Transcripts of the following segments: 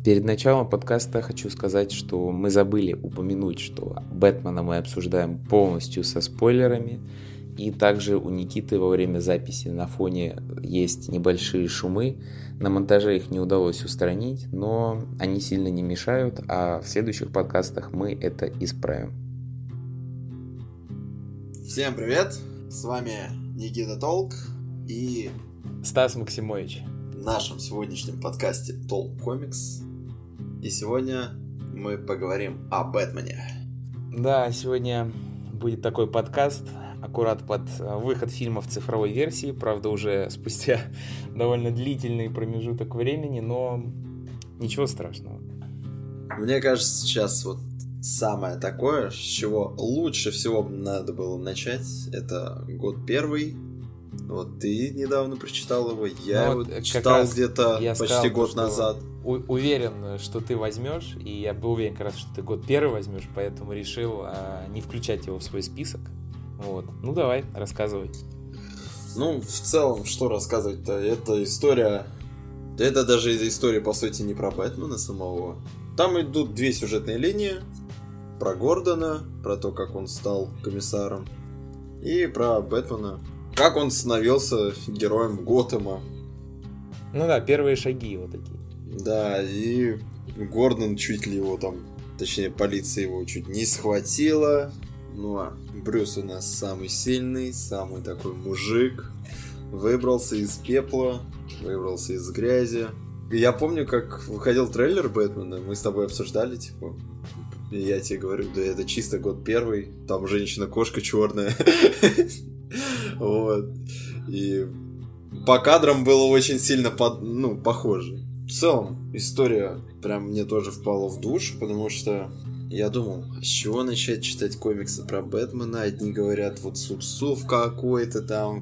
Перед началом подкаста хочу сказать, что мы забыли упомянуть, что Бэтмена мы обсуждаем полностью со спойлерами. И также у Никиты во время записи на фоне есть небольшие шумы. На монтаже их не удалось устранить, но они сильно не мешают, а в следующих подкастах мы это исправим. Всем привет! С вами Никита Толк и Стас Максимович. В нашем сегодняшнем подкасте Толк Комикс. И сегодня мы поговорим о Бэтмене. Да, сегодня будет такой подкаст аккурат под выход фильма в цифровой версии, правда уже спустя довольно длительный промежуток времени, но ничего страшного. Мне кажется, сейчас вот самое такое, с чего лучше всего надо было начать, это год первый. Вот ты недавно прочитал его, я его читал где-то почти год назад. Уверен, что ты возьмешь, и я был уверен, как раз, что ты год первый возьмешь, поэтому решил не включать его в свой список. Вот. Ну давай, рассказывай. Ну, в целом, что рассказывать-то? Это история... Это даже история, по сути, не про Бэтмена самого. Там идут две сюжетные линии. Про Гордона, про то, как он стал комиссаром. И про Бэтмена. Как он становился героем Готэма. Ну да, первые шаги его такие. Да, и Гордон чуть ли его там... Точнее, полиция его чуть не схватила. Ну а Брюс у нас самый сильный, самый такой мужик. Выбрался из пепла, выбрался из грязи. И я помню, как выходил трейлер Бэтмена, мы с тобой обсуждали, типа. И я тебе говорю, да это чисто год первый, там женщина-кошка черная. Вот. И по кадрам было очень сильно похоже. В целом, история прям мне тоже впала в душу, потому что я думал, с чего начать читать комиксы про Бэтмена? Одни говорят, вот Сурсов какой-то там,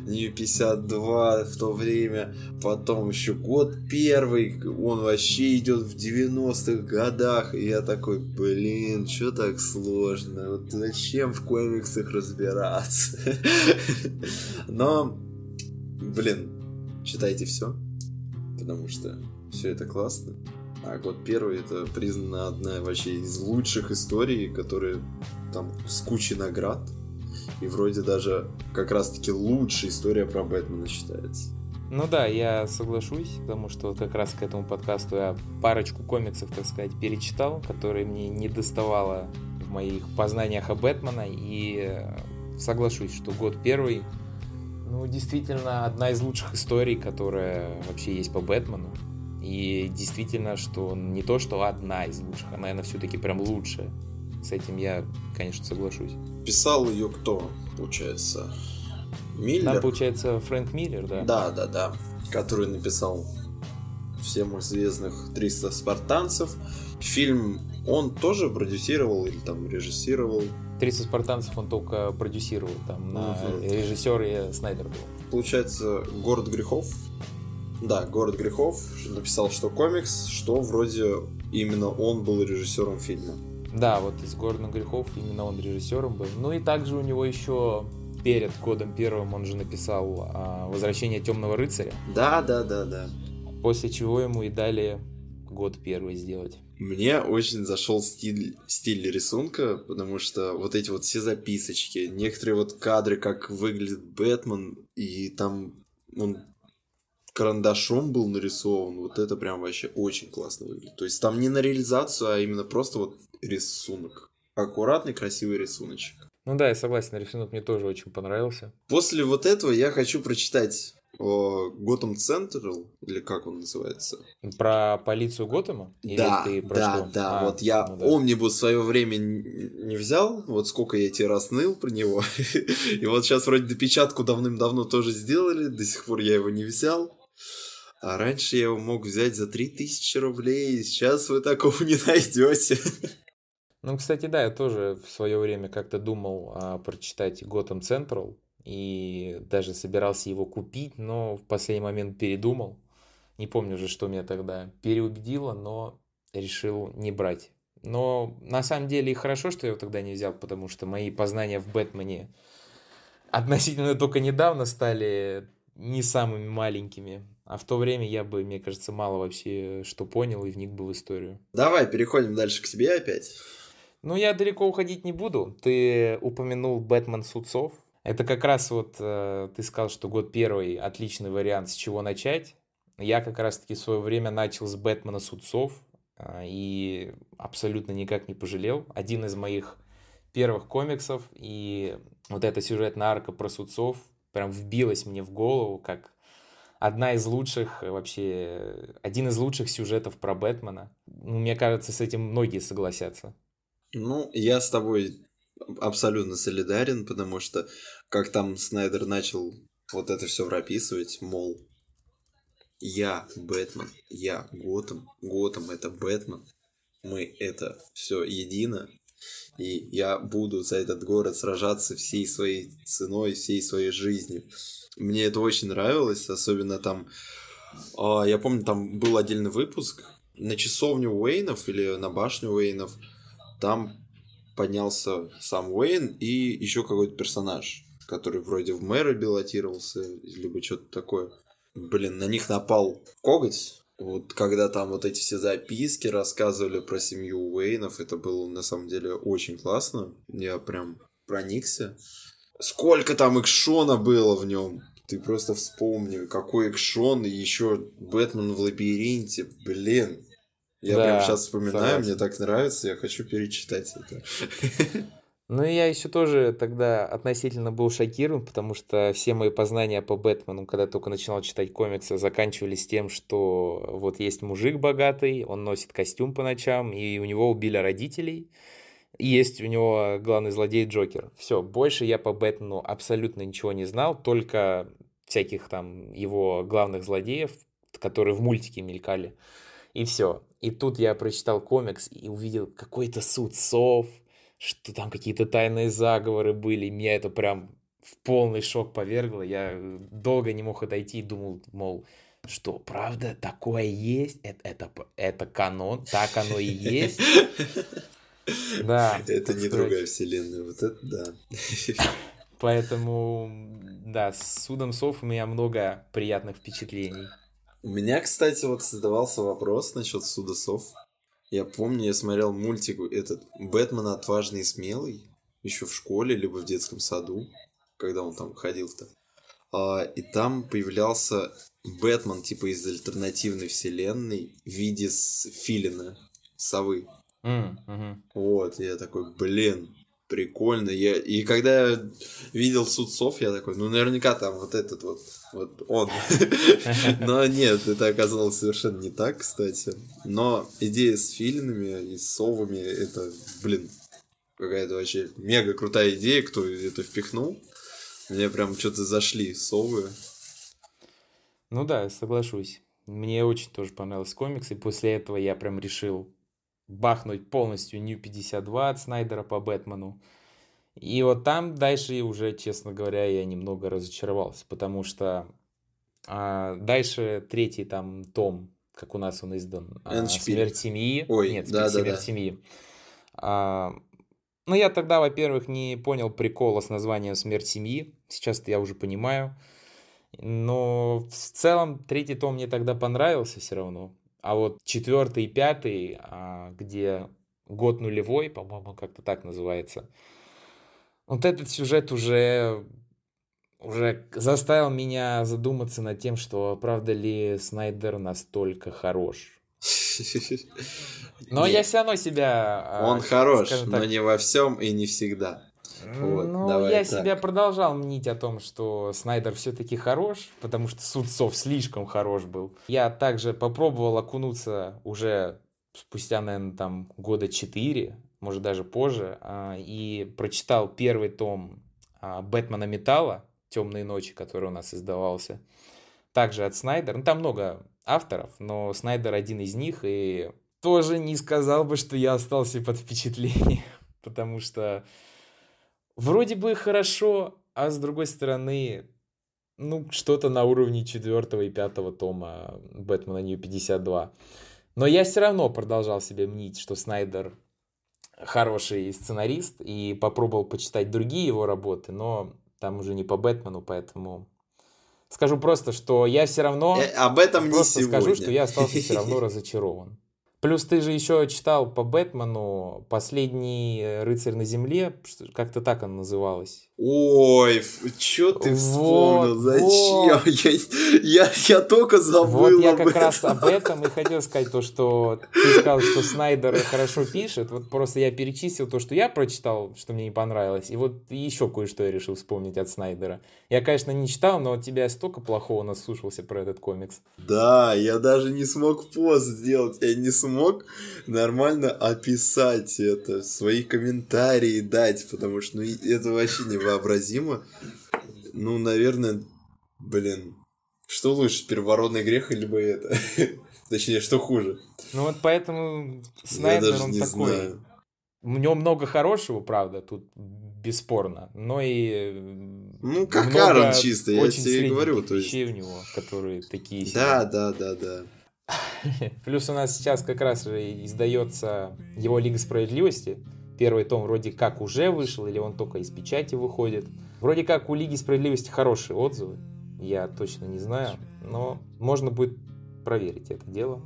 Нью-52 в то время, потом еще год первый, он вообще идет в 90-х годах, и я такой, блин, что так сложно? Вот зачем в комиксах разбираться? Но, блин, читайте все, потому что все это классно. А год первый это признана одна вообще из лучших историй, которые там с кучей наград. И вроде даже как раз-таки лучшая история про Бэтмена считается. Ну да, я соглашусь, потому что вот как раз к этому подкасту я парочку комиксов, так сказать, перечитал, которые мне не доставало в моих познаниях о Бэтмена. И соглашусь, что год первый, ну, действительно, одна из лучших историй, которая вообще есть по Бэтмену. И действительно, что не то, что одна из лучших, а, наверное, все-таки прям лучшая. С этим я, конечно, соглашусь. Писал ее кто, получается? Миллер? Там, получается, Фрэнк Миллер, да? Да. Который написал всем известных 300 спартанцев. Фильм он тоже продюсировал или там режиссировал? 300 спартанцев он только продюсировал. Там на режиссере Снайдер был. Получается, «Город грехов». Да, «Город грехов» написал что комикс, что вроде именно он был режиссером фильма. Да, вот из «Города грехов» именно он режиссером был. Ну и также у него еще перед годом первым он же написал «Возвращение темного рыцаря». Да. После чего ему и дали год первый сделать. Мне очень зашел стиль рисунка, потому что вот эти вот все записочки, некоторые вот кадры, как выглядит Бэтмен, и там он карандашом был нарисован, вот это прям вообще очень классно выглядит. То есть там не на реализацию, а именно просто вот рисунок. Аккуратный, красивый рисуночек. Ну да, я согласен, рисунок мне тоже очень понравился. После вот этого я хочу прочитать Gotham Central, или как он называется? Про полицию Готэма? Да, вот я Омнибус в свое время не взял, вот сколько я тебе раз ныл про него, и вот сейчас вроде допечатку давным-давно тоже сделали, до сих пор я его не взял. А раньше я его мог взять за 3000 рублей, сейчас вы такого не найдете. Ну, кстати, да, я тоже в свое время как-то думал прочитать Gotham Central, и даже собирался его купить, но в последний момент передумал. Не помню же, что меня тогда переубедило, но решил не брать. Но на самом деле и хорошо, что я его тогда не взял, потому что мои познания в Бэтмене относительно только недавно стали не самыми маленькими. А в то время я бы, мне кажется, мало вообще что понял и вник бы в историю. Давай, переходим дальше к тебе опять. Ну, я далеко уходить не буду. Ты упомянул «Бэтмен Суцов». Это как раз вот ты сказал, что год первый отличный вариант, с чего начать. Я как раз-таки в свое время начал с «Бэтмена Суцов» и абсолютно никак не пожалел. Один из моих первых комиксов, и вот эта сюжетная арка про Суцов прям вбилась мне в голову как одна из лучших, вообще, один из лучших сюжетов про Бэтмена. Ну, мне кажется, с этим многие согласятся. Ну, я с тобой абсолютно солидарен, потому что как там Снайдер начал вот это все прописывать, мол, я Бэтмен, я Готэм, Готэм это Бэтмен, мы это все едино, и я буду за этот город сражаться всей своей ценой, всей своей жизнью. Мне это очень нравилось, особенно там, я помню, там был отдельный выпуск на часовню Уэйнов или на башню Уэйнов, там поднялся сам Уэйн и еще какой-то персонаж, который вроде в мэра баллотировался, либо что-то такое. Блин, на них напал коготь. Вот когда там вот эти все записки рассказывали про семью Уэйнов, это было на самом деле очень классно. Я прям проникся. Сколько там экшона было в нем. Ты просто вспомни, какой экшон, и еще Бэтмен в лабиринте. Блин, я прям Да, сейчас вспоминаю, мне согласен. так нравится, я хочу перечитать это. Ну, и я еще тоже тогда относительно был шокирован, потому что все мои познания по Бэтмену, когда только начинал читать комиксы, заканчивались тем, что вот есть мужик богатый, он носит костюм по ночам, и у него убили родителей, и есть у него главный злодей Джокер. Все, больше я по Бэтмену абсолютно ничего не знал, только всяких там его главных злодеев, которые в мультике мелькали, и все. И тут я прочитал комикс и увидел какой-то суд сов, что там какие-то тайные заговоры были. Меня это прям в полный шок повергло. Я долго не мог отойти и думал, мол, что, правда, такое есть? Это канон? Так оно и есть? Да, Это так не другая сказать. вселенная, вот это да. Поэтому, да, с судом сов у меня много приятных впечатлений. У меня, кстати, вот создавался вопрос насчет суда сов. Я помню, я смотрел мультик этот Бэтмен отважный и смелый еще в школе, либо в детском саду, когда он там ходил-то. И там появлялся Бэтмен, типа из альтернативной вселенной, в виде филина, совы. Мгм. Вот, я такой, блин, прикольно. И когда я видел судцов, я такой, ну, наверняка там вот этот вот он. Но нет, это оказалось совершенно не так, кстати. Но идея с филинами и с совами, это, блин, какая-то вообще мега крутая идея, кто это впихнул. Мне прям что-то зашли совы. Ну да, я соглашусь. Мне очень тоже понравился комикс, и после этого я прям решил бахнуть полностью New 52 от Снайдера по Бэтмену. И вот там дальше уже, честно говоря, я немного разочаровался, потому что дальше третий там том, как у нас он издан, Эндшпиль. «Смерть семьи». Ой, Нет, «Смерть да-да-да. семьи». А, ну, я тогда, во-первых, не понял прикола с названием «Смерть семьи». Сейчас-то я уже понимаю. Но в целом третий том мне тогда понравился все равно. А вот четвертый и пятый, где год нулевой, по-моему, как-то так называется, вот этот сюжет уже заставил меня задуматься над тем, что правда ли Снайдер настолько хорош. Но я Не, все равно себя, он хорош, скажем но так, не во всем и не всегда. Вот, ну, давай я себя так. продолжал мнить о том, что Снайдер все-таки хорош, потому что Судцов слишком хорош был. Я также попробовал окунуться уже спустя, наверное, там года 4, может даже позже, и прочитал первый том Бэтмена Металла «Темные ночи», который у нас издавался. Также от Снайдера. Ну, там много авторов, но Снайдер один из них, и тоже не сказал бы, что я остался под впечатлением, потому что вроде бы хорошо, а с другой стороны, ну, что-то на уровне четвертого и пятого тома Бэтмена Нью 52. Но я все равно продолжал себе мнить, что Снайдер хороший сценарист, и попробовал почитать другие его работы, но там уже не по Бэтмену, поэтому Скажу просто, что я все равно... Об этом не просто сегодня. скажу, что я остался все равно разочарован. Плюс ты же еще читал по Бэтмену «Последний рыцарь на земле», как-то так она называлась. Ой, чё ты вспомнил? Зачем? Я только забыл Вот я об как этом. раз об этом и хотел сказать то, что ты сказал, что Снайдер хорошо пишет. Вот просто я перечислил то, что я прочитал, что мне не понравилось. И вот еще кое-что я решил вспомнить от Снайдера. Я, конечно, не читал, но от тебя столько плохого наслушался про этот комикс. Да, я даже не смог пост сделать. Я не смог нормально описать это, свои комментарии дать, потому что это вообще невообразимо. Ну, наверное, что лучше, первородный грех или бы это? Точнее, что хуже? Ну вот поэтому Снайдер, он такой. Знаю. У него много хорошего, правда, тут бесспорно, но и Ну, как много Аарон чисто, я очень тебе и говорю. средненьких То есть... вещей у него, которые такие себе. Да. Плюс у нас сейчас как раз же издается его Лига Справедливости. Первый том вроде как уже вышел, или он только из печати выходит. Вроде как у Лиги Справедливости хорошие отзывы. Я точно не знаю, но можно будет проверить это дело.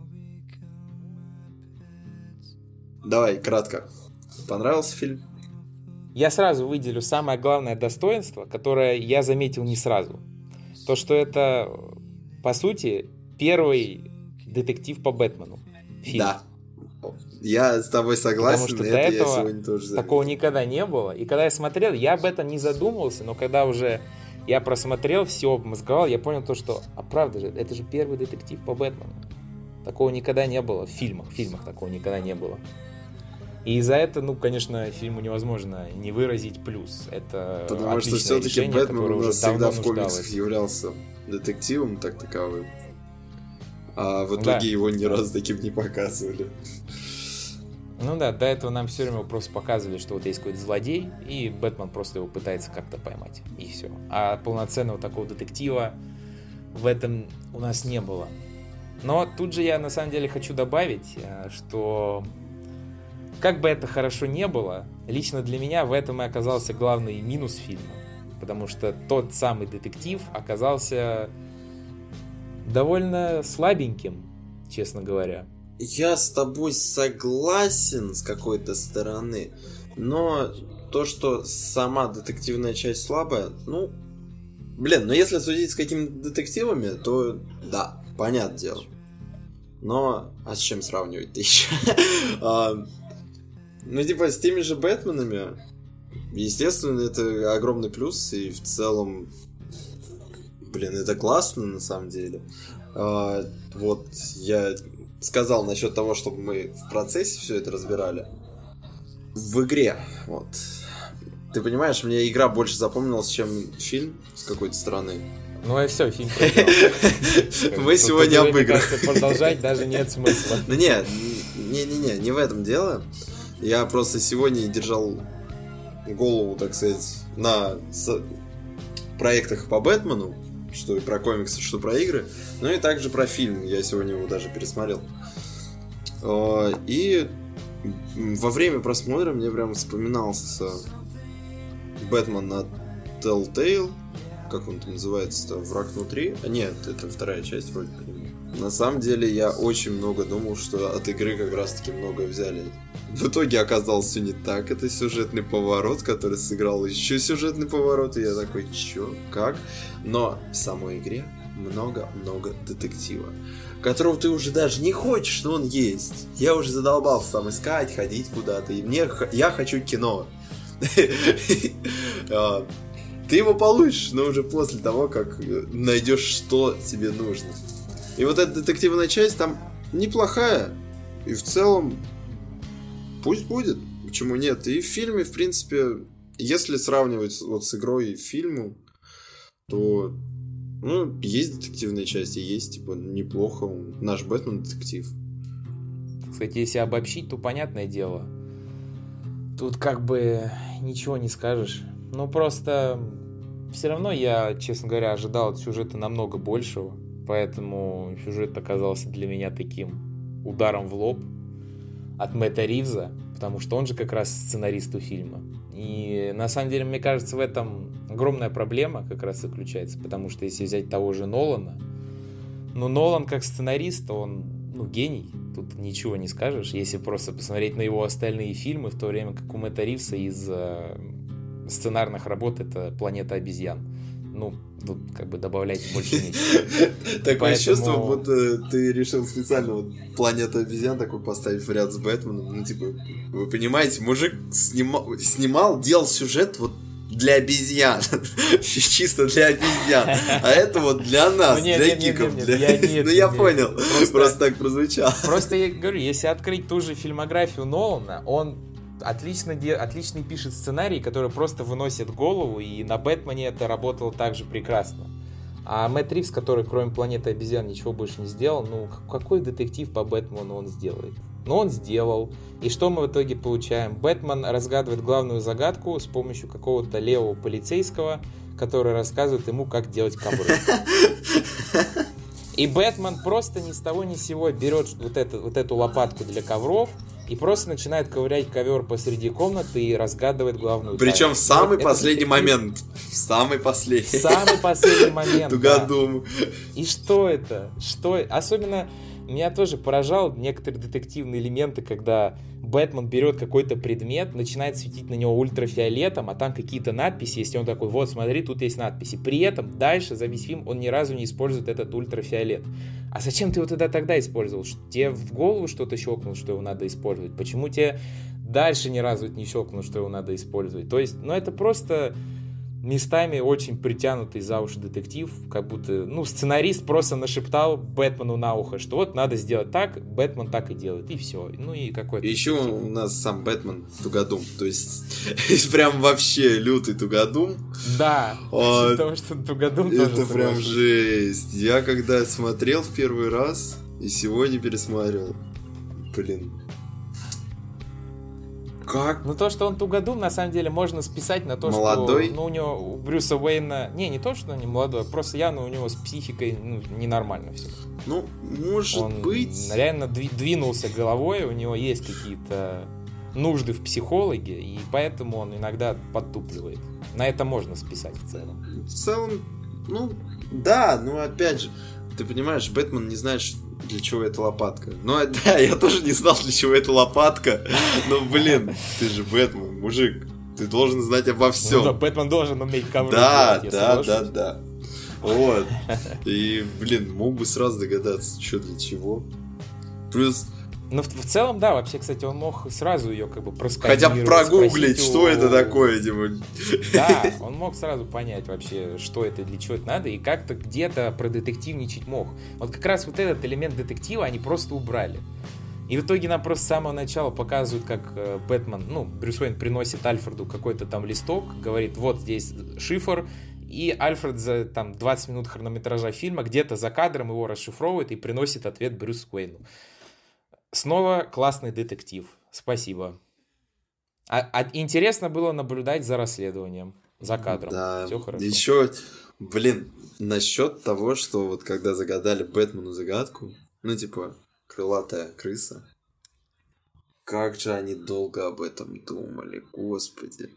Давай, кратко. Понравился фильм? Я сразу выделю самое главное достоинство, которое я заметил не сразу. То, что это, по сути, первый детектив по Бэтмену. Фильм. Да. Я с тобой согласен, потому что это до я этого сегодня тоже заметил. такого никогда не было. И когда я смотрел, я об этом не задумывался, но когда уже я просмотрел, все обмозговал, я понял то, что, правда же, это же первый детектив по Бэтмену. Такого никогда не было в фильмах. В фильмах такого никогда не было. И за это, конечно, фильму невозможно не выразить плюс. Это потому что отличное все-таки решение, Бэтмен которое у уже нас давно всегда в комиксах нуждалось. являлся детективом так таковым. А в итоге его ни разу таким не показывали. Ну да, до этого нам все время просто показывали, что вот есть какой-то злодей, и Бэтмен просто его пытается как-то поймать, и все. А полноценного такого детектива в этом у нас не было. Но тут же я на самом деле хочу добавить, что как бы это хорошо не было, лично для меня в этом и оказался главный минус фильма. Потому что тот самый детектив оказался довольно слабеньким, честно говоря. Я с тобой согласен с какой-то стороны, но то, что сама детективная часть слабая, но если судить с какими-то детективами, то да, понятное дело. Но, а с чем сравнивать-то еще? С теми же Бэтменами, естественно, это огромный плюс, и в целом, это классно на самом деле. Вот я сказал насчет того, чтобы мы в процессе все это разбирали. В игре, вот. Ты понимаешь, мне игра больше запомнилась, чем фильм с какой-то стороны. Ну и все, фильм проиграл. Мы сегодня об играх. Продолжать даже нет смысла. Не в этом дело. Я просто сегодня держал голову, так сказать, на проектах по Бэтмену, что и про комиксы, что про игры, но и также про фильм. Я сегодня его даже пересмотрел. И во время просмотра мне прям вспоминался Бэтмен на Telltale. Как он там называется-то? Враг внутри? Нет, это вторая часть вроде бы. На самом деле я очень много думал, что от игры как раз таки многое взяли. В итоге оказалось все не так. Это сюжетный поворот, который сыграл еще сюжетный поворот. И я такой, чё? Как? Но в самой игре много-много детектива, которого ты уже даже не хочешь, что он есть. Я уже задолбался там искать, ходить куда-то. И я хочу кино. Ты его получишь, но уже после того, как найдешь, что тебе нужно. И вот эта детективная часть там неплохая. И в целом пусть будет. Почему нет? И в фильме, в принципе, если сравнивать вот с игрой и фильмом, то есть детективные части, есть неплохо. Наш Бэтмен детектив. Кстати, если обобщить, то понятное дело. Тут как бы ничего не скажешь. Просто все равно я, честно говоря, ожидал от сюжета намного большего. Поэтому сюжет оказался для меня таким ударом в лоб от Мэтта Ривза, потому что он же как раз сценарист у фильма. И на самом деле, мне кажется, в этом огромная проблема как раз заключается, потому что если взять того же Нолана, ну, Нолан как сценарист, он, ну, гений, тут ничего не скажешь, если просто посмотреть на его остальные фильмы, в то время как у Мэтта Ривза из сценарных работ это «Планета обезьян». Ну, тут как бы добавлять больше нечего. Такое чувство, будто ты решил специально вот «Планету обезьян» такой поставить в ряд с Бэтменом. Ну, типа, вы понимаете, мужик снимал, делал сюжет вот для обезьян. Чисто для обезьян. А это вот для нас, для гиков. Ну, я понял. Просто так прозвучало. Просто я говорю, если открыть ту же фильмографию Нолана, он отлично пишет сценарий, который просто выносит голову, и на Бэтмене это работало также прекрасно. А Мэтт Ривз, который кроме «Планеты обезьян» ничего больше не сделал, ну какой детектив по Бэтмену он сделает? Ну он сделал. И что мы в итоге получаем? Бэтмен разгадывает главную загадку с помощью какого-то левого полицейского, который рассказывает ему, как делать ковры. И Бэтмен просто ни с того ни с сего берет вот эту лопатку для ковров и просто начинает ковырять ковер посреди комнаты и разгадывает главную тайну. Причем в самый последний момент. В самый последний. В самый последний момент. Тугодум. И что это? Особенно меня тоже поражало некоторые детективные элементы, когда Бэтмен берет какой-то предмет, начинает светить на него ультрафиолетом, а там какие-то надписи, если он такой, вот смотри, тут есть надписи. При этом дальше за весь фильм он ни разу не использует этот ультрафиолет. А зачем ты его тогда использовал? Тебе в голову что-то щелкнуло, что его надо использовать? Почему тебе дальше ни разу не щелкнуло, что его надо использовать? То есть, ну это просто местами очень притянутый за уши детектив, как будто, ну, сценарист просто нашептал Бэтмену на ухо, что вот надо сделать так, Бэтмен так и делает, и все. Ну и какой-то... Еще у нас сам Бэтмен тугодум, то есть прям вообще лютый тугодум. Да, потому что тугодум тоже. Это прям жесть. Я когда смотрел в первый раз и сегодня пересматривал, блин. Как? Ну, то, что он тугодум, на самом деле, можно списать на то, молодой? Что... Ну, у него, у Брюса Уэйна... Не то, что он не молодой, просто явно у него с психикой ненормально все. Ну, может быть... Он реально двинулся головой, у него есть какие-то нужды в психологе, и поэтому он иногда подтупливает. На это можно списать в целом. В целом, ну, да, но опять же, ты понимаешь, Бэтмен не знает, для чего эта лопатка. Ну, да, я тоже не знал, для чего эта лопатка. Но, блин, ты же Бэтмен, мужик. Ты должен знать обо всем. Ну да, Бэтмен должен уметь ковры делать. Да. Вот. И, блин, мог бы сразу догадаться, что для чего. Плюс... Ну, в целом, да, вообще, кстати, он мог сразу ее как бы просканировать. Хотя бы прогуглить, что это такое, типа. Да, он мог сразу понять вообще, что это, для чего это надо, и как-то где-то продетективничать мог. Вот как раз вот этот элемент детектива они просто убрали. И в итоге нам просто с самого начала показывают, как Бэтмен, ну, Брюс Уэйн приносит Альфреду какой-то там листок, говорит, вот здесь шифр, и Альфред за там 20 минут хронометража фильма где-то за кадром его расшифровывает и приносит ответ Брюсу Уэйну. Снова классный детектив. Спасибо. Интересно было наблюдать за расследованием, за кадром. Да, все хорошо. Еще, блин, насчет того, что вот когда загадали Бэтмену загадку, ну, типа, крылатая крыса, как же они долго об этом думали, господи.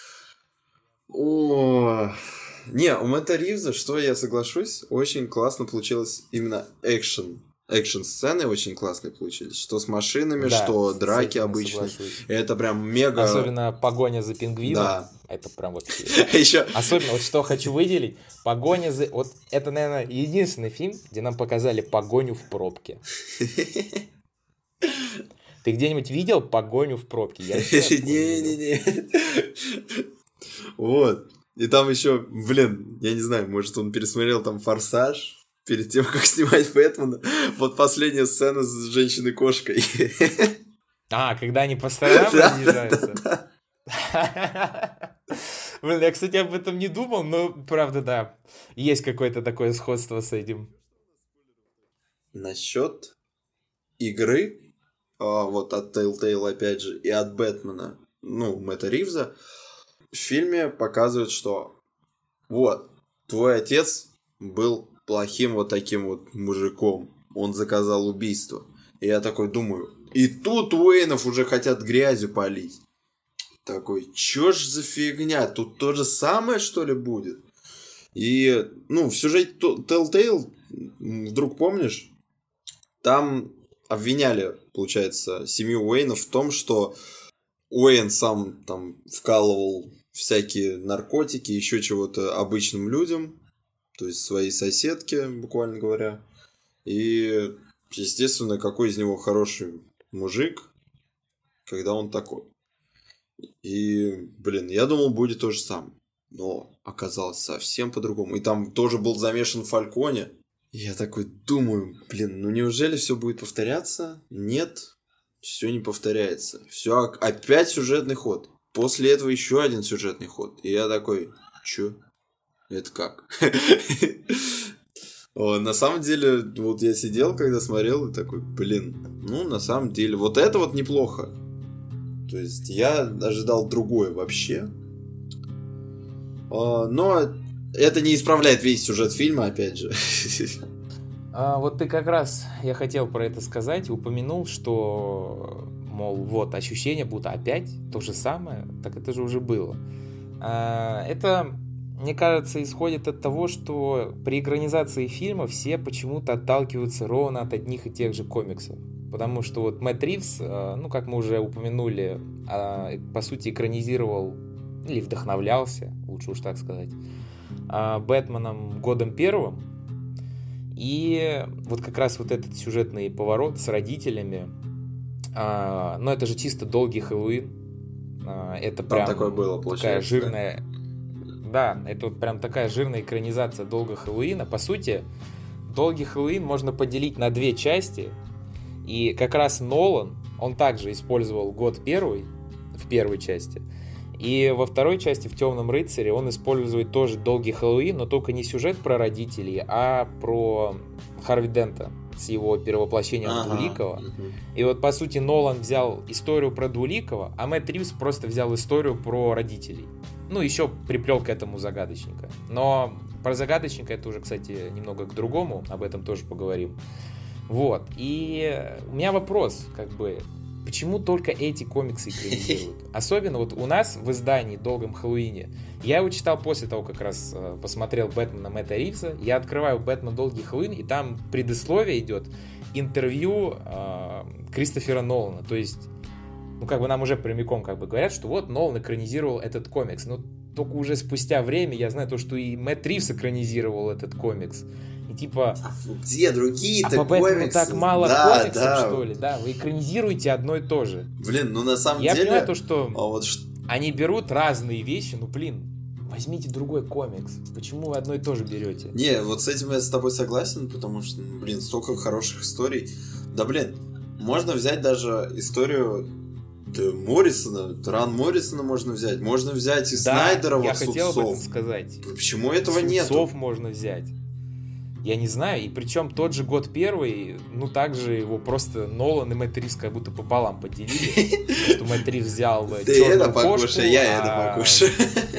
О, не, у Мэтта Ривза, что я соглашусь, очень классно получилось именно экшн-сцены очень классные получились. Что с машинами, да, что драки обычные. Это прям мега... Особенно погоня за пингвином. Да. Это прям вообще... Еще... Особенно, вот что хочу выделить. Погоня за... Вот это, наверное, единственный фильм, где нам показали погоню в пробке. Ты где-нибудь видел погоню в пробке? Не-не-не. Вот. И там еще, блин, я не знаю, может он пересмотрел там «Форсаж» перед тем, как снимать Бэтмена. Вот последняя сцена с женщиной-кошкой. Когда они по сторонам разъезжаются? Блин, я, кстати, об этом не думал, но, правда, да. Есть какое-то такое сходство с этим. Насчет игры, вот от Telltale, опять же, и от Бэтмена, ну, Мэтта Ривза, в фильме показывают, что вот, твой отец был плохим вот таким вот мужиком. Он заказал убийство. И я такой думаю, и тут Уэйнов уже хотят грязью полить. Такой, чё ж за фигня? Тут то же самое, что ли, будет? И, ну, в сюжете Telltale, вдруг помнишь, там обвиняли, получается, семью Уэйнов в том, что Уэйн сам там вкалывал всякие наркотики, еще чего-то обычным людям, то есть своей соседке, буквально говоря. И, естественно, какой из него хороший мужик, когда он такой. И, блин, я думал, будет то же самое. Но оказалось совсем по-другому. И там тоже был замешан Фальконе. И я такой думаю, блин, ну неужели все будет повторяться? Нет, все не повторяется. Все опять сюжетный ход. После этого еще один сюжетный ход. И я такой, чё? Это как? На самом деле, вот я сидел, когда смотрел, и такой, блин, ну на самом деле, вот это вот неплохо. То есть я ожидал другое вообще. Но это не исправляет весь сюжет фильма, опять же. Вот ты как раз, я хотел про это сказать, упомянул, что, мол, вот, ощущения будто опять то же самое, так это же уже было. Это, мне кажется, исходит от того, что при экранизации фильма все почему-то отталкиваются ровно от одних и тех же комиксов. Потому что вот Мэтт Ривз, ну, как мы уже упомянули, по сути, экранизировал, или вдохновлялся, лучше уж так сказать, Бэтменом годом первым. И вот как раз вот этот сюжетный поворот с родителями, ну, это же чисто долгий Хэллоуин. Это прям такое было, такая жирная... Да, это вот прям такая жирная экранизация долгого Хэллоуина. По сути, долгий Хэллоуин можно поделить на две части. И как раз Нолан, он также использовал год первый в первой части. И во второй части, в «Темном рыцаре», он использует тоже долгий Хэллоуин, но только не сюжет про родителей, а про Харви Дента с его перевоплощением в Двуликого. И вот, по сути, Нолан взял историю про Двуликого, а Мэтт Ривз просто взял историю про родителей. Ну, еще приплел к этому Загадочника. Но про Загадочника это уже, кстати, немного к другому, об этом тоже поговорим. Вот, и у меня вопрос, как бы, почему только эти комиксы экранизируют? Особенно вот у нас в издании «Долгом Хэллоуине», я его читал после того, как раз посмотрел «Бэтмена» Мэтта Ривза, я открываю «Бэтмен. Долгий Хэллоуин», и там предисловие идет интервью Кристофера Нолана, то есть, ну, как бы нам уже прямиком как бы говорят, что вот Нолан экранизировал этот комикс, но только уже спустя время я знаю то, что и Мэтт Ривз экранизировал этот комикс. И типа... Где другие-то комиксы? А по Бэтмену так мало комиксов, да. что ли? Да, вы экранизируете одно и то же. Блин, ну на самом я деле... Я понимаю то, что они берут разные вещи, ну блин, возьмите другой комикс. Почему вы одно и то же берете? Не, вот с этим я с тобой согласен, потому что, блин, столько хороших историй. Да, блин, можно взять даже историю... Моррисона, Ран Моррисона можно взять. Можно взять и Снайдера в «Отцов». Я хотел об этом сказать. Почему этого нет? «Отцов» можно взять. Я не знаю, и причем тот же год первый, ну также его просто Нолан и Мэтт Ривз как будто пополам поделили. Что Мэтт Ривз взял «Черную кошку», я это покушаю.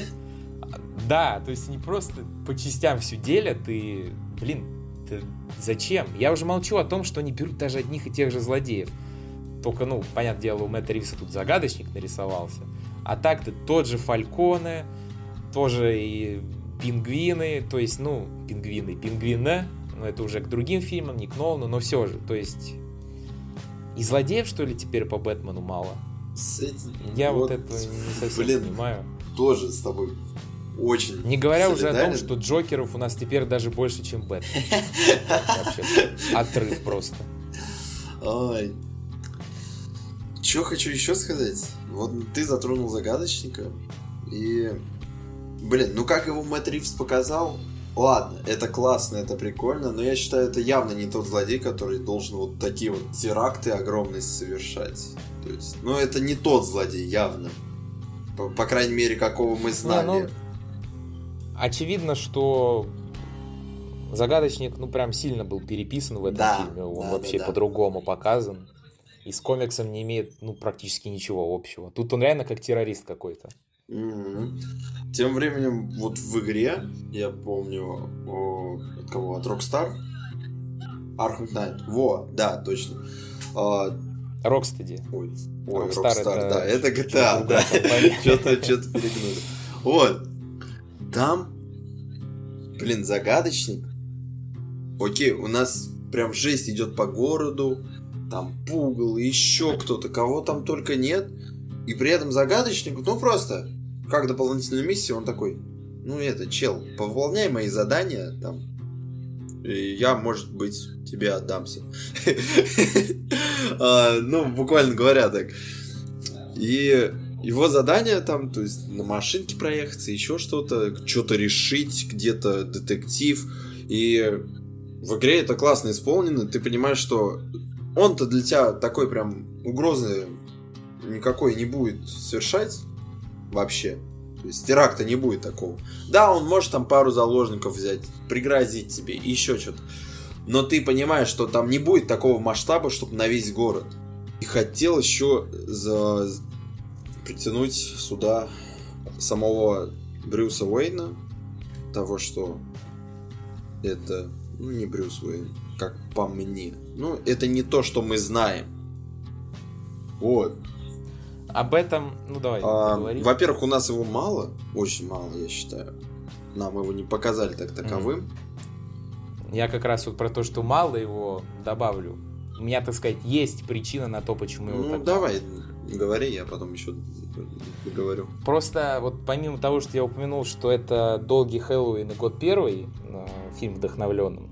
Да, то есть не просто по частям все делят, и, блин, зачем? Я уже молчу о том, что они берут даже одних и тех же злодеев. Только, ну, понятное дело, у Мэтта Ривза тут Загадочник нарисовался. А так-то тот же Фальконе, тоже и Пингвины, то есть, ну, Пингвина, но это уже к другим фильмам, не к Нолану, но все же, то есть, и злодеев, что ли, теперь по Бэтмену мало? Я вот это не совсем понимаю. Тоже с тобой очень не говоря уже о том, что Джокеров у нас теперь даже больше, чем Бэтмен. Вообще, отрыв просто. Ой. Что хочу еще сказать? Вот ты затронул Загадочника, и... Блин, ну как его Мэтт Ривз показал? Ладно, это классно, это прикольно, но я считаю, это явно не тот злодей, который должен вот такие вот теракты огромные совершать. То есть, ну это не тот злодей, явно. По крайней мере, какого мы знали. Очевидно, что Загадочник, ну прям сильно был переписан в этом фильме, он вообще по-другому показан. И с комиксом не имеет, ну, практически ничего общего. Тут он реально как террорист какой-то. Тем временем, вот в игре, я помню, от кого? От Rockstar? Arkham Knight. Во, да, точно. Rocksteady. Ой, Rockstar Rockstar, да, это GTA, да. Что-то перегнули. Вот. Там, блин, загадочник. Окей, у нас прям жесть идет по городу. Там Пугал, еще кто-то, кого там только нет. И при этом загадочник, ну просто, как дополнительную миссию, он такой, ну это, чел, повыполняй мои задания, там, и я, может быть, тебе отдамся. Ну, буквально говоря так. И его задание там, то есть на машинке проехаться, еще что-то решить, где-то детектив. И в игре это классно исполнено. Ты понимаешь, что он-то для тебя такой прям угрозы никакой не будет совершать вообще. То есть теракта не будет такого. Да, он может там пару заложников взять, пригрозить тебе, еще что-то. Но ты понимаешь, что там не будет такого масштаба, чтобы на весь город. И хотел еще притянуть сюда самого Брюса Уэйна. Того, что это, ну, не Брюс Уэйн, как по мне. Ну, это не то, что мы знаем. Вот. Об этом, ну давай, поговорим. Во-первых, у нас его мало, очень мало, я считаю. Нам его не показали так таковым. Я как раз вот про то, что мало его, добавлю. У меня, так сказать, есть причина на то, почему его так давай, говори, я потом еще договорю. Просто вот помимо того, что я упомянул, что это «Долгий Хэллоуин» и «Год первый», фильм вдохновленным,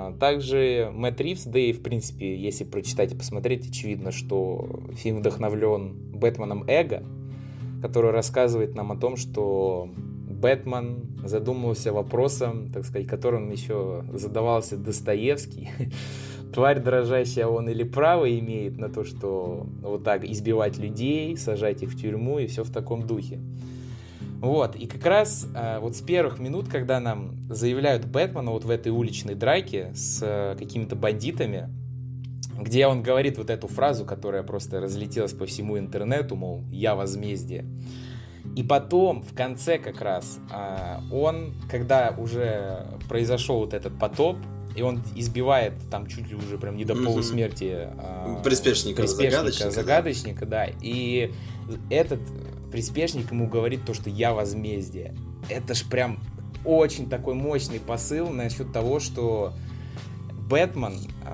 также Мэтт Ривз, да и в принципе, если прочитать и посмотреть, очевидно, что фильм вдохновлен Бэтменом Эго, который рассказывает нам о том, что Бэтмен задумался вопросом, так сказать, которым еще задавался Достоевский. Тварь дрожащая, он или право имеет на то, что вот так избивать людей, сажать их в тюрьму и все в таком духе. Вот, и как раз вот с первых минут, когда нам заявляют Бэтмена вот в этой уличной драке с какими-то бандитами, где он говорит вот эту фразу, которая просто разлетелась по всему интернету, мол, «я возмездие». И потом, в конце как раз, он, когда уже произошел вот этот потоп, и он избивает там чуть ли уже прям не до полусмерти приспешника загадочника, да, и этот приспешник ему говорит то, что «я возмездие». Это ж прям очень такой мощный посыл насчет того, что Бэтмен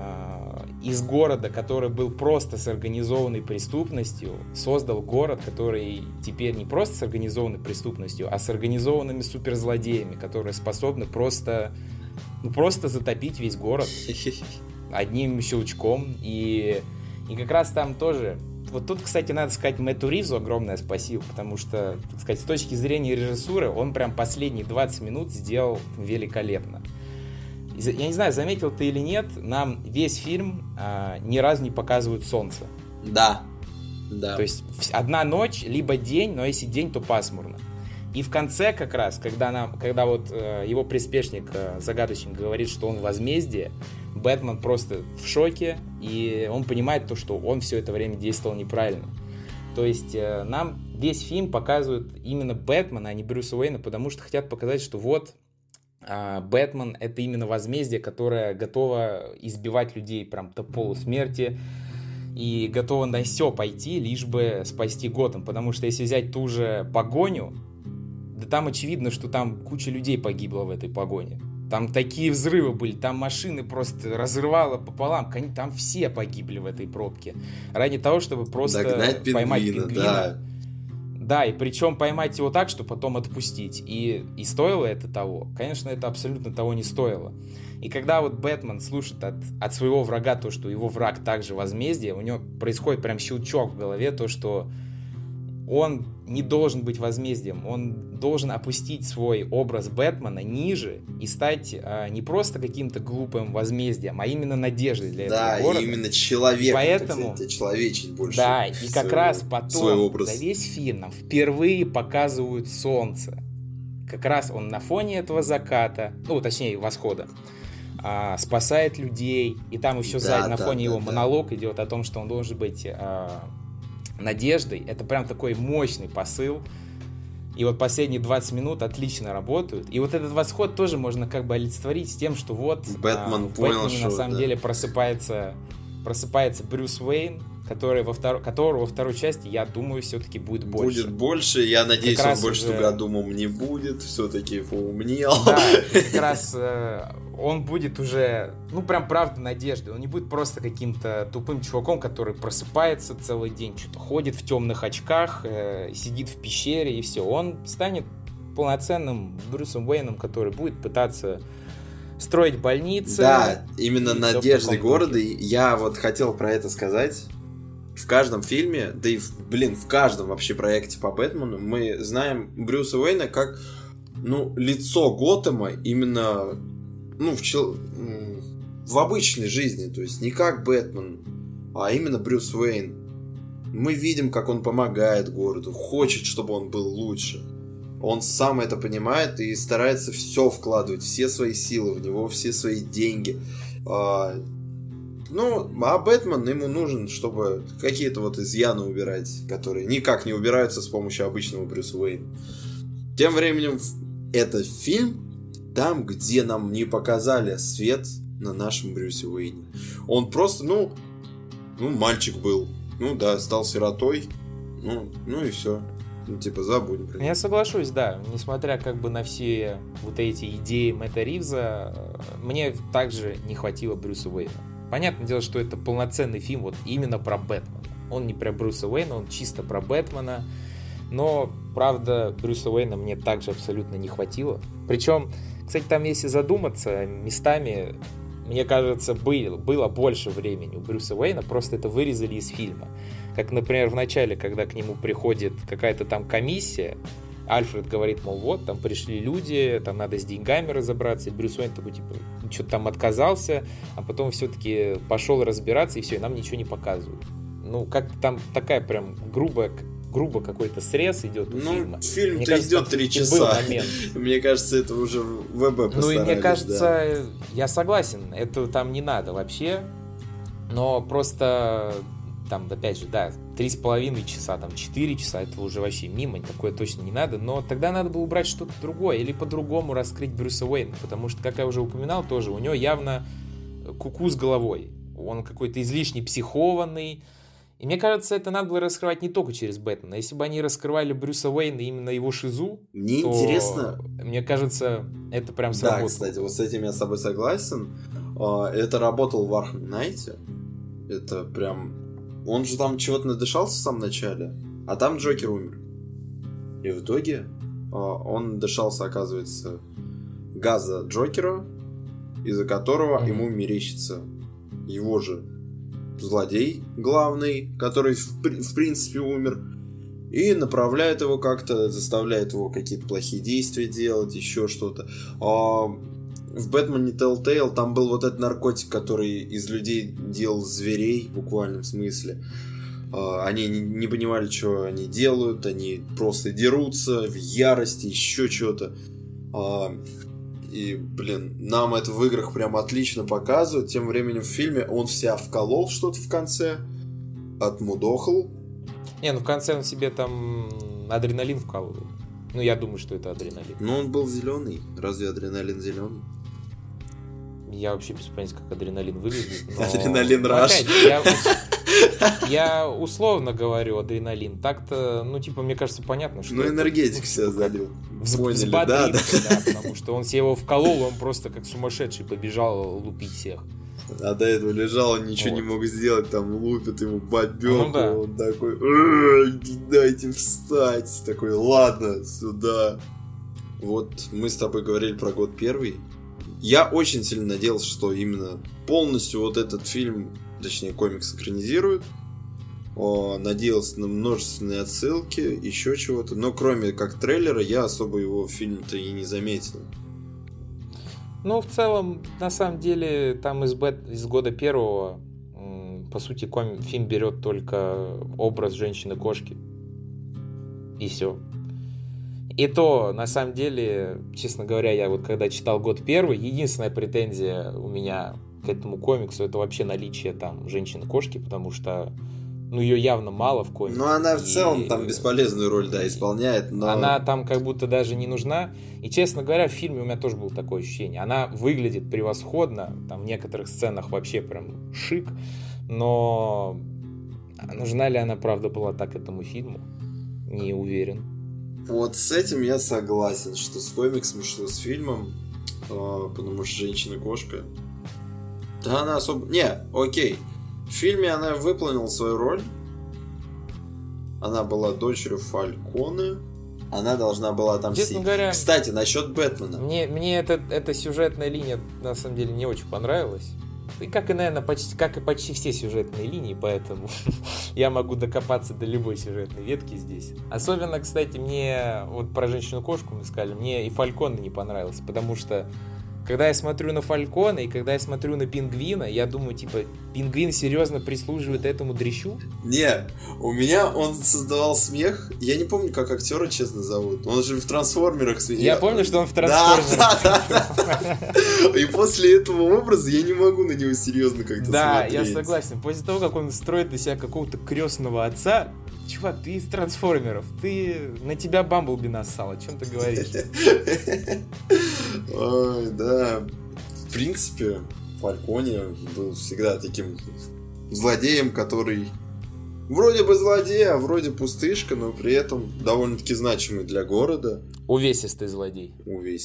из города, который был просто с организованной преступностью, создал город, который теперь не просто с организованной преступностью, а с организованными суперзлодеями, которые способны просто затопить весь город одним щелчком. И как раз там тоже... Вот тут, кстати, надо сказать Мэтту Ривзу огромное спасибо, потому что, так сказать, с точки зрения режиссуры он прям последние 20 минут сделал великолепно. Я не знаю, заметил ты или нет, нам весь фильм ни разу не показывают солнце. Да. То есть одна ночь, либо день, но если день, то пасмурно. И в конце как раз, когда вот его приспешник, загадочник, говорит, что он возмездие, Бэтмен просто в шоке, и он понимает то, что он все это время действовал неправильно. То есть нам весь фильм показывают именно Бэтмена, а не Брюса Уэйна, потому что хотят показать, что вот Бэтмен — это именно возмездие, которое готово избивать людей прям до полусмерти и готово на все пойти, лишь бы спасти Готэм. Потому что если взять ту же погоню, да там очевидно, что там куча людей погибла в этой погоне. Там такие взрывы были, там машины просто разрывало пополам, там все погибли в этой пробке. Ради того, чтобы просто поймать пингвина. Да. Да, и причем поймать его так, что потом отпустить. И стоило это того? Конечно, это абсолютно того не стоило. И когда вот Бэтмен слушает от своего врага то, что его враг также возмездие, у него происходит прям щелчок в голове, то, что он не должен быть возмездием, он должен опустить свой образ Бэтмена ниже и стать не просто каким-то глупым возмездием, а именно надеждой для этого города. Да, именно человеком, поэтому человечить больше. Да, и как раз потом за весь фильм нам впервые показывают солнце. Как раз он на фоне этого заката, ну, точнее, восхода, спасает людей, и там еще сзади на фоне его монолог идет о том, что он должен быть надеждой. Это прям такой мощный посыл. И вот последние 20 минут отлично работают. И вот этот восход тоже можно как бы олицетворить с тем, что вот Бэтмен понял, что на самом деле просыпается Брюс Уэйн, которого во второй части, я думаю, все-таки будет больше. Будет больше, я надеюсь, как он больше тугодумом не будет, все-таки поумнел. Да, как раз он будет уже, прям правда надеждой. Он не будет просто каким-то тупым чуваком, который просыпается целый день, что-то ходит в темных очках, сидит в пещере и все. Он станет полноценным Брюсом Уэйном, который будет пытаться строить больницы. Да, именно надежды города. Я вот хотел про это сказать. В каждом фильме, да и в каждом вообще проекте по Бэтмену мы знаем Брюса Уэйна как, лицо Готэма именно, в обычной жизни, то есть не как Бэтмен, а именно Брюс Уэйн. Мы видим, как он помогает городу, хочет, чтобы он был лучше. Он сам это понимает и старается все вкладывать, все свои силы в него, все свои деньги. А Бэтмен ему нужен, чтобы какие-то изъяны убирать, которые никак не убираются с помощью обычного Брюса Уэйна. Тем временем, это фильм, там, где нам не показали свет на нашем Брюсе Уэйне. Он просто, мальчик был. Стал сиротой. И все. Забудем про него. Я соглашусь, да. Несмотря на все вот эти идеи Мэтта Ривза, мне также не хватило Брюса Уэйна. Понятное дело, что это полноценный фильм именно про Бэтмена. Он не про Брюса Уэйна, он чисто про Бэтмена. Но, правда, Брюса Уэйна мне также абсолютно не хватило. Причем, кстати, там, если задуматься, местами, мне кажется, было больше времени у Брюса Уэйна, просто это вырезали из фильма. Как, например, в начале, когда к нему приходит какая-то там комиссия, Альфред говорит, мол, там пришли люди, там надо с деньгами разобраться, и Брюс Уэйн такой, что-то там отказался, а потом все-таки пошел разбираться, и все, и нам ничего не показывают. Как-то там такая прям грубо какой-то срез идет у фильма. Фильм-то идет 3 часа. Мне кажется, это уже ВБ постарались. И мне кажется, я согласен, это там не надо вообще, но просто... Там, опять же, 3,5 часа, 4 часа, это уже вообще мимо, такое точно не надо, но тогда надо было убрать что-то другое, или по-другому раскрыть Брюса Уэйна, потому что, как я уже упоминал тоже, у него явно куку с головой, он какой-то излишне психованный, и мне кажется, это надо было раскрывать не только через Бэтмена, если бы они раскрывали Брюса Уэйна именно его шизу, мне интересно, мне кажется, это прям сработало. Да, кстати, с этим я с тобой согласен, это работал в Архам Найте, это прям... Он же там чего-то надышался в самом начале, а там Джокер умер. И в итоге он надышался, оказывается, газа Джокера, из-за которого ему мерещится его же злодей главный, который в принципе умер, и направляет его как-то, заставляет его какие-то плохие действия делать, еще что-то. В Бэтмене Telltale там был этот наркотик, который из людей делал зверей, в буквальном смысле. Они не понимали, что они делают, они просто дерутся в ярости, еще что-то. И, нам это в играх прям отлично показывают. Тем временем в фильме он себя вколол что-то в конце, отмудохал. В конце он себе там адреналин вкалывал. Я думаю, что это адреналин. Но он был зеленый. Разве адреналин зеленый? Я вообще без понятия, как адреналин выглядит. Адреналин раш. Я условно говорю адреналин. Так-то, мне кажется, понятно, что... энергетик себя залил. Поняли, да, потому что он себе его вколол, он просто как сумасшедший побежал лупить всех. А до этого лежал, он ничего не мог сделать, там лупит ему бабёку, он такой, дайте встать, такой, ладно, сюда. Вот мы с тобой говорили про год первый. Я очень сильно надеялся, что именно полностью вот этот фильм, точнее комикс экранизируют. Надеялся на множественные отсылки, еще чего-то. Но кроме как трейлера, я особо его в фильме-то и не заметил. В целом, на самом деле, там из года первого, по сути, фильм берет только образ женщины-кошки. И все. И то, на самом деле, честно говоря, я когда читал год первый, единственная претензия у меня к этому комиксу, это вообще наличие там женщины-кошки, потому что ее явно мало в комиксе. Она в целом там бесполезную роль, исполняет, но... Она там как будто даже не нужна. И, честно говоря, в фильме у меня тоже было такое ощущение. Она выглядит превосходно, там в некоторых сценах вообще прям шик, но нужна ли она, правда, была так этому фильму? Не уверен. Вот с этим я согласен, что с комиксом, что с фильмом, потому что «Женщина-кошка», да она особо... Не, окей. В фильме она выполнила свою роль. Она была дочерью Фальконе. Она должна была там... Честно говоря... Кстати, насчет Бэтмена. Мне эта сюжетная линия, на самом деле, не очень понравилась. И как и, наверное, почти все сюжетные линии, поэтому я могу докопаться до любой сюжетной ветки здесь. Особенно, кстати, мне вот про «Женщину-кошку» мы сказали, мне и Фальконе не понравился, потому что когда я смотрю на Фалькона и когда я смотрю на Пингвина, я думаю, типа, Пингвин серьезно прислуживает этому дрищу? Не, у меня он создавал смех. Я не помню, как актера, честно, зовут. Он же в «Трансформерах». Я помню, что он в «Трансформерах». Да. И после этого образа я не могу на него серьезно как-то смотреть. Да, я согласен. После того, как он строит из себя какого-то крестного отца, чувак, ты из «Трансформеров», на тебя Бамблби нассал, о чем ты говоришь? Ой, да. В принципе, Фальконе был всегда таким злодеем, который вроде бы злодей, а вроде пустышка, но при этом довольно-таки значимый для города. Увесистый злодей.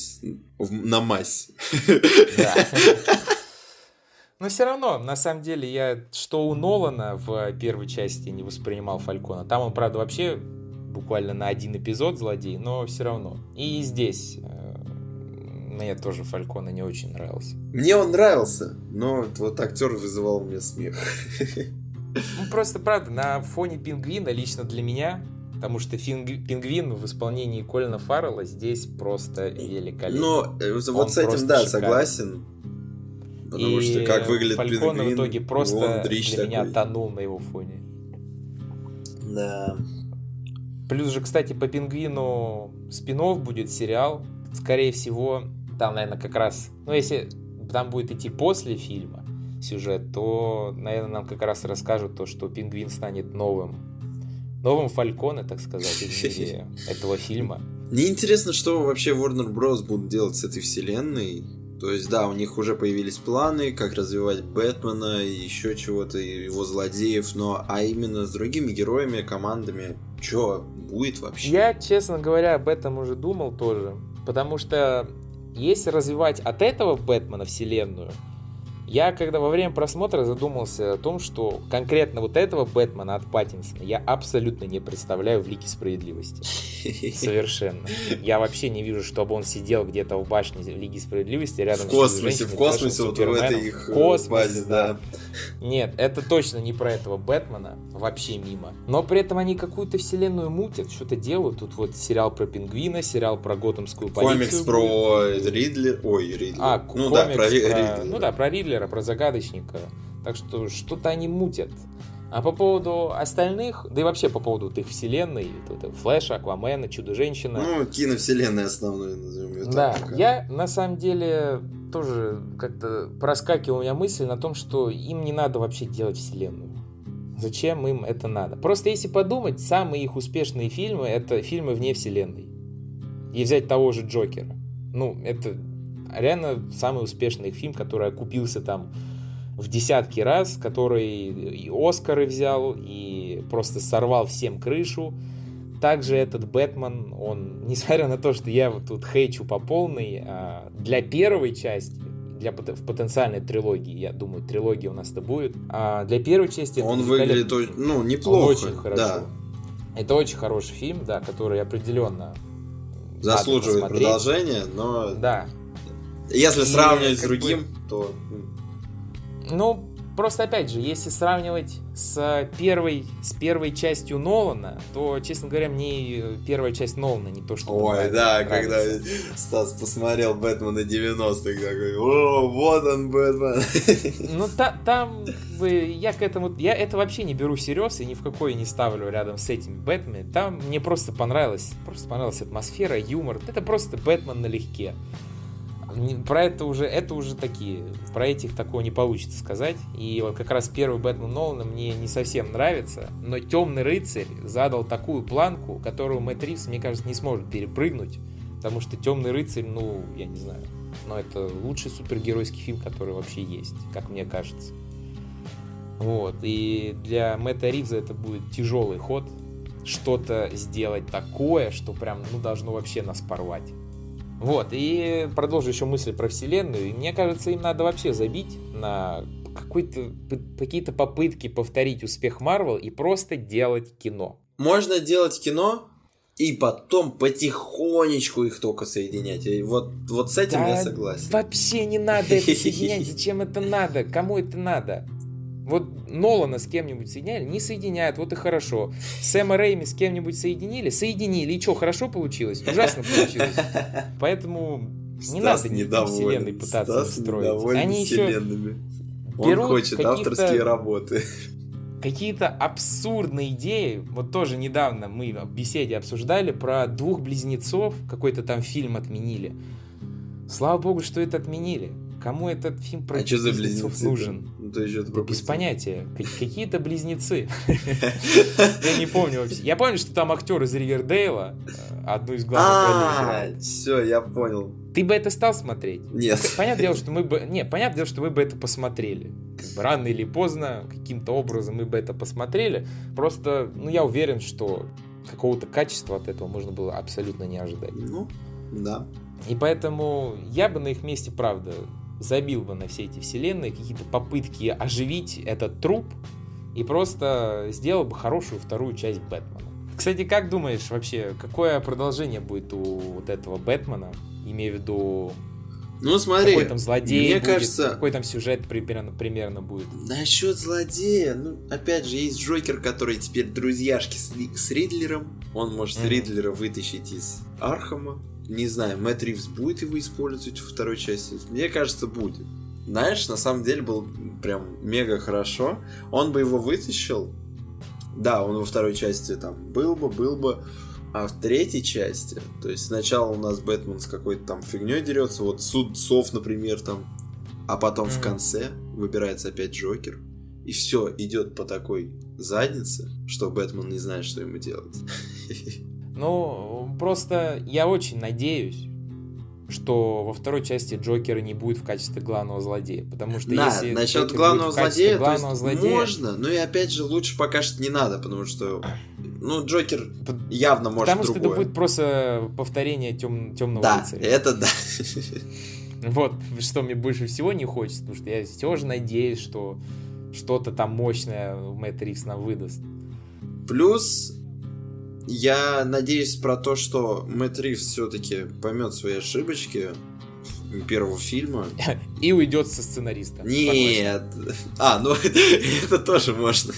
На массе. Да. Но все равно, на самом деле, я что у Нолана в первой части не воспринимал Фалькона. Там он, правда, вообще буквально на один эпизод злодей, но все равно. И здесь мне тоже Фалькона не очень нравился. Мне он нравился, но вот актер вызывал у меня смех. Ну, просто, правда, на фоне Пингвина лично для меня, потому что Пингвин в исполнении Колина Фаррелла здесь просто великолепен. Но вот с этим, да, согласен. Потому что как выглядит Фалькон Пингвин, в итоге просто для такой. меня тонул на его фоне. Да. Плюс же, кстати, по Пингвину спин-офф будет сериал. Скорее всего, там, наверное, как раз... Ну, если там будет идти после фильма сюжет, то, наверное, нам как раз расскажут то, что Пингвин станет новым Фальконе, так сказать, в мире этого фильма. Мне интересно, что вообще Warner Bros. Будут делать с этой вселенной. То есть, да, у них уже появились планы, как развивать Бэтмена и еще чего-то, и его злодеев, а именно с другими героями, командами, что будет вообще? Я, честно говоря, об этом уже думал тоже, потому что если развивать от этого Бэтмена вселенную, я когда во время просмотра задумался о том, что конкретно вот этого Бэтмена от Паттинсона я абсолютно не представляю в Лиге Справедливости. Совершенно. Я вообще не вижу, чтобы он сидел где-то в башне Лиги Справедливости рядом в космосе, вот в этой их базе, да. Нет, это точно не про этого Бэтмена, вообще мимо. Но при этом они какую-то вселенную мутят, что-то делают. Тут вот сериал про Пингвина, сериал про Готэмскую полицию. Комикс про Ридлер. Про Ридлера, про загадочника. Так что что-то они мутят. А по поводу остальных, да и вообще по поводу их вселенной, Флэша, Аквамена, Чудо-женщина. Ну, киновселенной основной, назовем ее да, так. Я на самом деле тоже как-то проскакивала у меня мысль на том, что им не надо вообще делать вселенную. Зачем им это надо? Просто если подумать, самые их успешные фильмы — это фильмы вне вселенной. И взять того же Джокера. Ну, это реально самый успешный их фильм, который окупился там в десятки раз, который и Оскары взял, и просто сорвал всем крышу. Также этот Бэтмен, он, несмотря на то, что я вот тут хейчу по полной, для первой части, в потенциальной трилогии, я думаю, трилогия у нас-то будет, для первой части... Он выглядит, неплохо. Он очень хорошо. Да. Это очень хороший фильм, да, который определенно заслуживает продолжения, но... Да. Если сравнивать с другим, то... Ну, просто опять же, если сравнивать с первой частью Нолана, то, честно говоря, мне первая часть Нолана не то, что ой, да, когда Стас посмотрел Бэтмена 90-х, такой, о, вот он, Бэтмен. Ну, там я это вообще не беру всерьез и ни в какой не ставлю рядом с этими Бэтменами. Там мне просто понравилась атмосфера, юмор. Это просто Бэтмен налегке. Про это уже такие, про этих такого не получится сказать. И вот как раз первый Бэтмен Нолана мне не совсем нравится, но Темный рыцарь задал такую планку, которую Мэтт Ривз, мне кажется, не сможет перепрыгнуть, потому что Темный рыцарь, я не знаю, но это лучший супергеройский фильм, который вообще есть, как мне кажется. Вот. И для Мэтта Ривза это будет тяжелый ход. Что-то сделать такое, что прям, должно вообще нас порвать. Вот. И продолжу еще мысль про вселенную. И мне кажется, им надо вообще забить на какие-то попытки повторить успех Марвел и просто делать кино. Можно делать кино и потом потихонечку их только соединять. И вот с этим я согласен. Вообще не надо это соединять. Зачем это надо? Кому это надо? Вот Нолана с кем-нибудь соединяли? Не соединяют, вот и хорошо. Сэма Рэйми с кем-нибудь соединили? Соединили. И что, хорошо получилось? Ужасно получилось. Поэтому не надо ни вселенной пытаться строить. Они еще Он хочет авторские работы. Какие-то абсурдные идеи. Вот тоже недавно мы в беседе обсуждали про двух близнецов. Какой-то там фильм отменили. Слава богу, что это отменили. Кому этот фильм про близнецов нужен? Без понятия. Какие-то близнецы. Я не помню вообще. Я помню, что там актер из Ривердейла, одну из главных ролей. Все, я понял. Ты бы это стал смотреть? Нет. Понятное дело, что мы бы это посмотрели. Рано или поздно, каким-то образом мы бы это посмотрели. Просто, я уверен, что какого-то качества от этого можно было абсолютно не ожидать. Да. И поэтому я бы на их месте, правда, забил бы на все эти вселенные, какие-то попытки оживить этот труп и просто сделал бы хорошую вторую часть Бэтмена. Кстати, как думаешь вообще, какое продолжение будет у вот этого Бэтмена? Имею в виду, смотри, какой там злодей мне будет, кажется, какой там сюжет примерно будет. Насчет злодея, опять же, есть Джокер, который теперь друзьяшки с Ридлером. Он может Ридлера вытащить из Архама. Не знаю, Мэтт Ривз будет его использовать во второй части? Мне кажется, будет. Знаешь, на самом деле было прям мега хорошо. Он бы его вытащил. Да, он во второй части там был бы. А в третьей части, то есть сначала у нас Бэтмен с какой-то там фигней дерется, вот суд сов, например, там. А потом в конце выбирается опять Джокер. И все идет по такой заднице, что Бэтмен не знает, что ему делать. Просто я очень надеюсь, что во второй части Джокера не будет в качестве главного злодея. Потому что если насчет главного злодея, можно, но и опять же лучше пока что не надо, потому что Джокер явно может потому другое. Потому что это будет просто повторение темного рыцаря. Да, это да. Вот, что мне больше всего не хочется, потому что я все же надеюсь, что что-то там мощное Мэтт Ривз нам выдаст. Плюс я надеюсь про то, что Мэтт Ривз все-таки поймет свои ошибочки первого фильма. И уйдет со сценариста. Нет. Это тоже можно.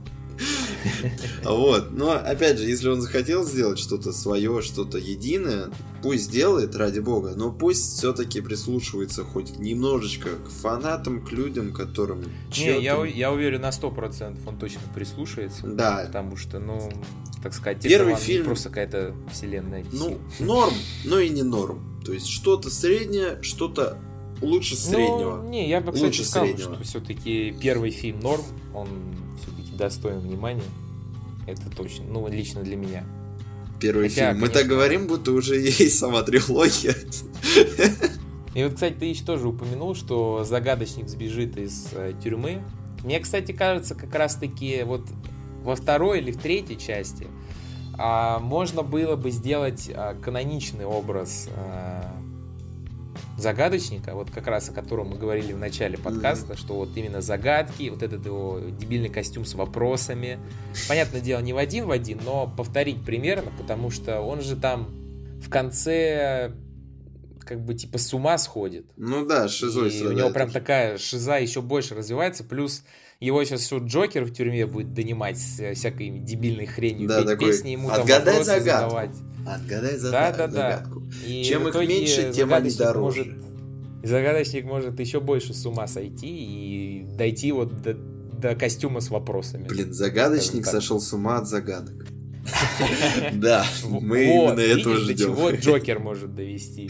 Вот. Но, опять же, если он захотел сделать что-то свое, что-то единое, пусть делает, ради бога, но пусть все-таки прислушивается хоть немножечко к фанатам, к людям, которым... Я уверен на 100%, он точно прислушается. Да. Потому что, так сказать, первый фильм просто какая-то вселенная. Норм, но и не норм. То есть что-то среднее, что-то лучше среднего. Я бы, кстати, сказал, что все-таки первый фильм норм, он все-таки достоин внимания. Это точно, лично для меня. Первый фильм. Мы так говорим, будто уже есть сама трилогия. И вот, кстати, ты еще тоже упомянул, что загадочник сбежит из тюрьмы. Мне, кстати, кажется, как раз-таки вот во второй или в третьей части можно было бы сделать каноничный образ загадочника, вот как раз о котором мы говорили в начале подкаста, что вот именно загадки, вот этот его дебильный костюм с вопросами. Понятное дело, не в один, но повторить примерно, потому что он же там в конце с ума сходит. Шизой страдает. У него прям такая шиза еще больше развивается, плюс его сейчас Джокер в тюрьме будет донимать всякой дебильной хренью, петь песни, ему там вопросы задавать. Отгадай загадку. Да. И чем их меньше, тем они дороже. Загадочник может еще больше с ума сойти и дойти вот до костюма с вопросами. Загадочник сошел с ума от загадок. Да, мы именно этого ждем. До чего Джокер может довести.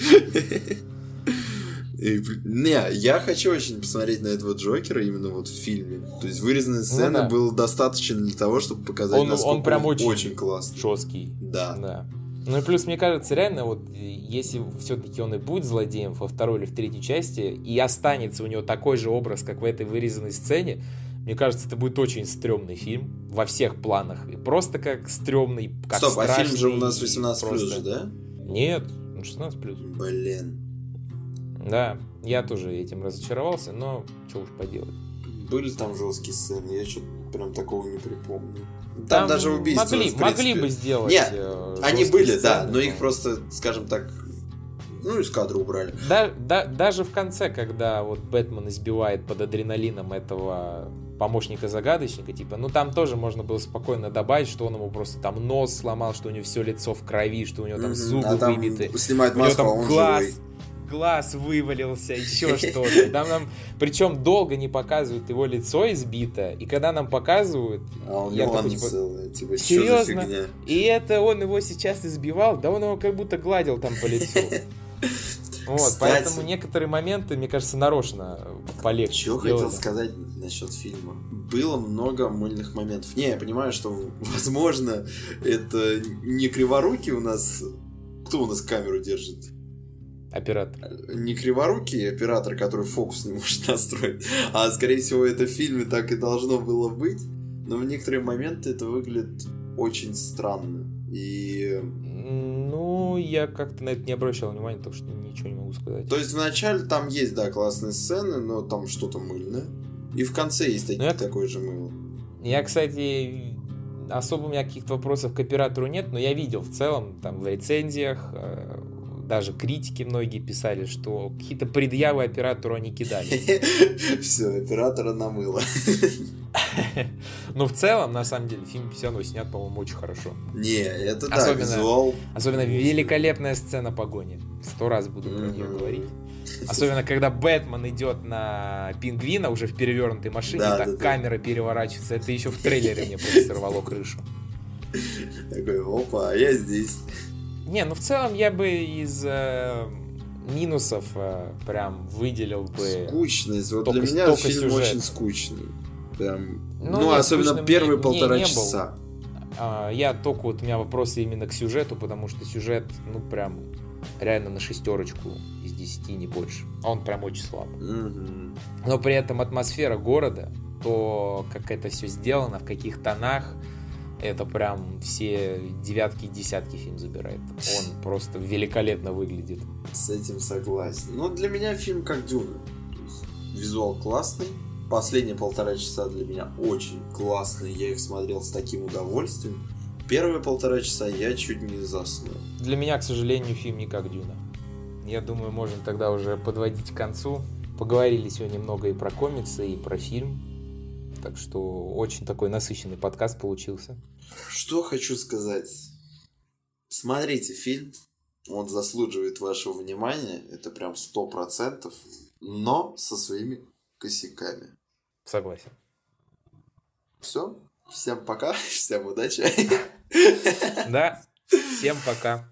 Я хочу очень посмотреть на этого Джокера именно вот в фильме. То есть вырезанной сцены было достаточно для того, чтобы показать, насколько он прям очень классный. Жесткий. Да. И плюс, мне кажется, реально, вот если все-таки он и будет злодеем во второй или в третьей части, и останется у него такой же образ, как в этой вырезанной сцене, Мне кажется, это будет очень стрёмный фильм во всех планах. И просто как стрёмный, как Стоп, страшный. а фильм же у нас 18+, просто... же, да? Нет, 16+. Блин. Да, я тоже этим разочаровался, но что уж поделать. Были там жесткие сцены, я что-то прям такого не припомню. Там даже убийства, могли бы сделать. Нет, они были, сцены, да, но их просто, скажем так, из кадра убрали. Даже в конце, когда вот Бэтмен избивает под адреналином этого помощника-загадочника, типа, там тоже можно было спокойно добавить, что он ему просто там нос сломал, что у него все лицо в крови, что у него там зубы выбиты. Снимает маску, а он живой. Глаз вывалился, еще что-то. Там причем долго не показывают его лицо избито, и когда нам показывают, а он такой, типа, серьезно? И это он его сейчас избивал? Да он его как будто гладил там по лицу. Вот, кстати, поэтому некоторые моменты, мне кажется, нарочно полегче. Что хотел сказать насчет фильма? Было много мыльных моментов. Не, я понимаю, что, возможно, это не криворукий у нас... Кто у нас камеру держит? Оператор. Не криворукий оператор, который фокус не может настроить, а, скорее всего, это в фильме так и должно было быть. Но в некоторые моменты это выглядит очень странно. И... я как-то на это не обращал внимания, так что ничего не могу сказать. То есть вначале там есть, да, классные сцены, но там что-то мыльное. И в конце есть такое же мыло. Я, кстати, особо у меня каких-то вопросов к оператору нет, но я видел в целом там в рецензиях, даже критики многие писали, что какие-то предъявы оператору они кидали. Все, оператора намыло. Но в целом, на самом деле, фильм все равно снят, по-моему, очень хорошо. Не, это да, визуал. Особенно великолепная сцена погони. 100 раз буду про нее говорить. Особенно, когда Бэтмен идет на пингвина уже в перевернутой машине, камера переворачивается. Это еще в трейлере мне просто сорвало крышу. Такой, опа, а я здесь. Не, в целом я бы из минусов прям выделил бы... Скучность. Вот для меня фильм сюжет. Очень скучный. Прям... особенно первые полтора часа. Я только у меня вопросы именно к сюжету, потому что сюжет, прям реально на 6 из 10, не больше. Он прям очень слабый. Но при этом атмосфера города, то, как это все сделано, в каких тонах, это прям все 9 и 10 фильм забирает. Он просто великолепно выглядит. С этим согласен. Но для меня фильм как Дюна. Визуал классный. Последние 1,5 часа для меня очень классные. Я их смотрел с таким удовольствием. Первые 1,5 часа я чуть не заснул. Для меня, к сожалению, фильм не как Дюна. Я думаю, можем тогда уже подводить к концу. Поговорили сегодня немного и про комиксы, и про фильм. Так что очень такой насыщенный подкаст получился. Что хочу сказать. Смотрите фильм. Он заслуживает вашего внимания. Это прям 100%. Но со своими косяками. Согласен. Все. Всем пока. Всем удачи. Да. Всем пока.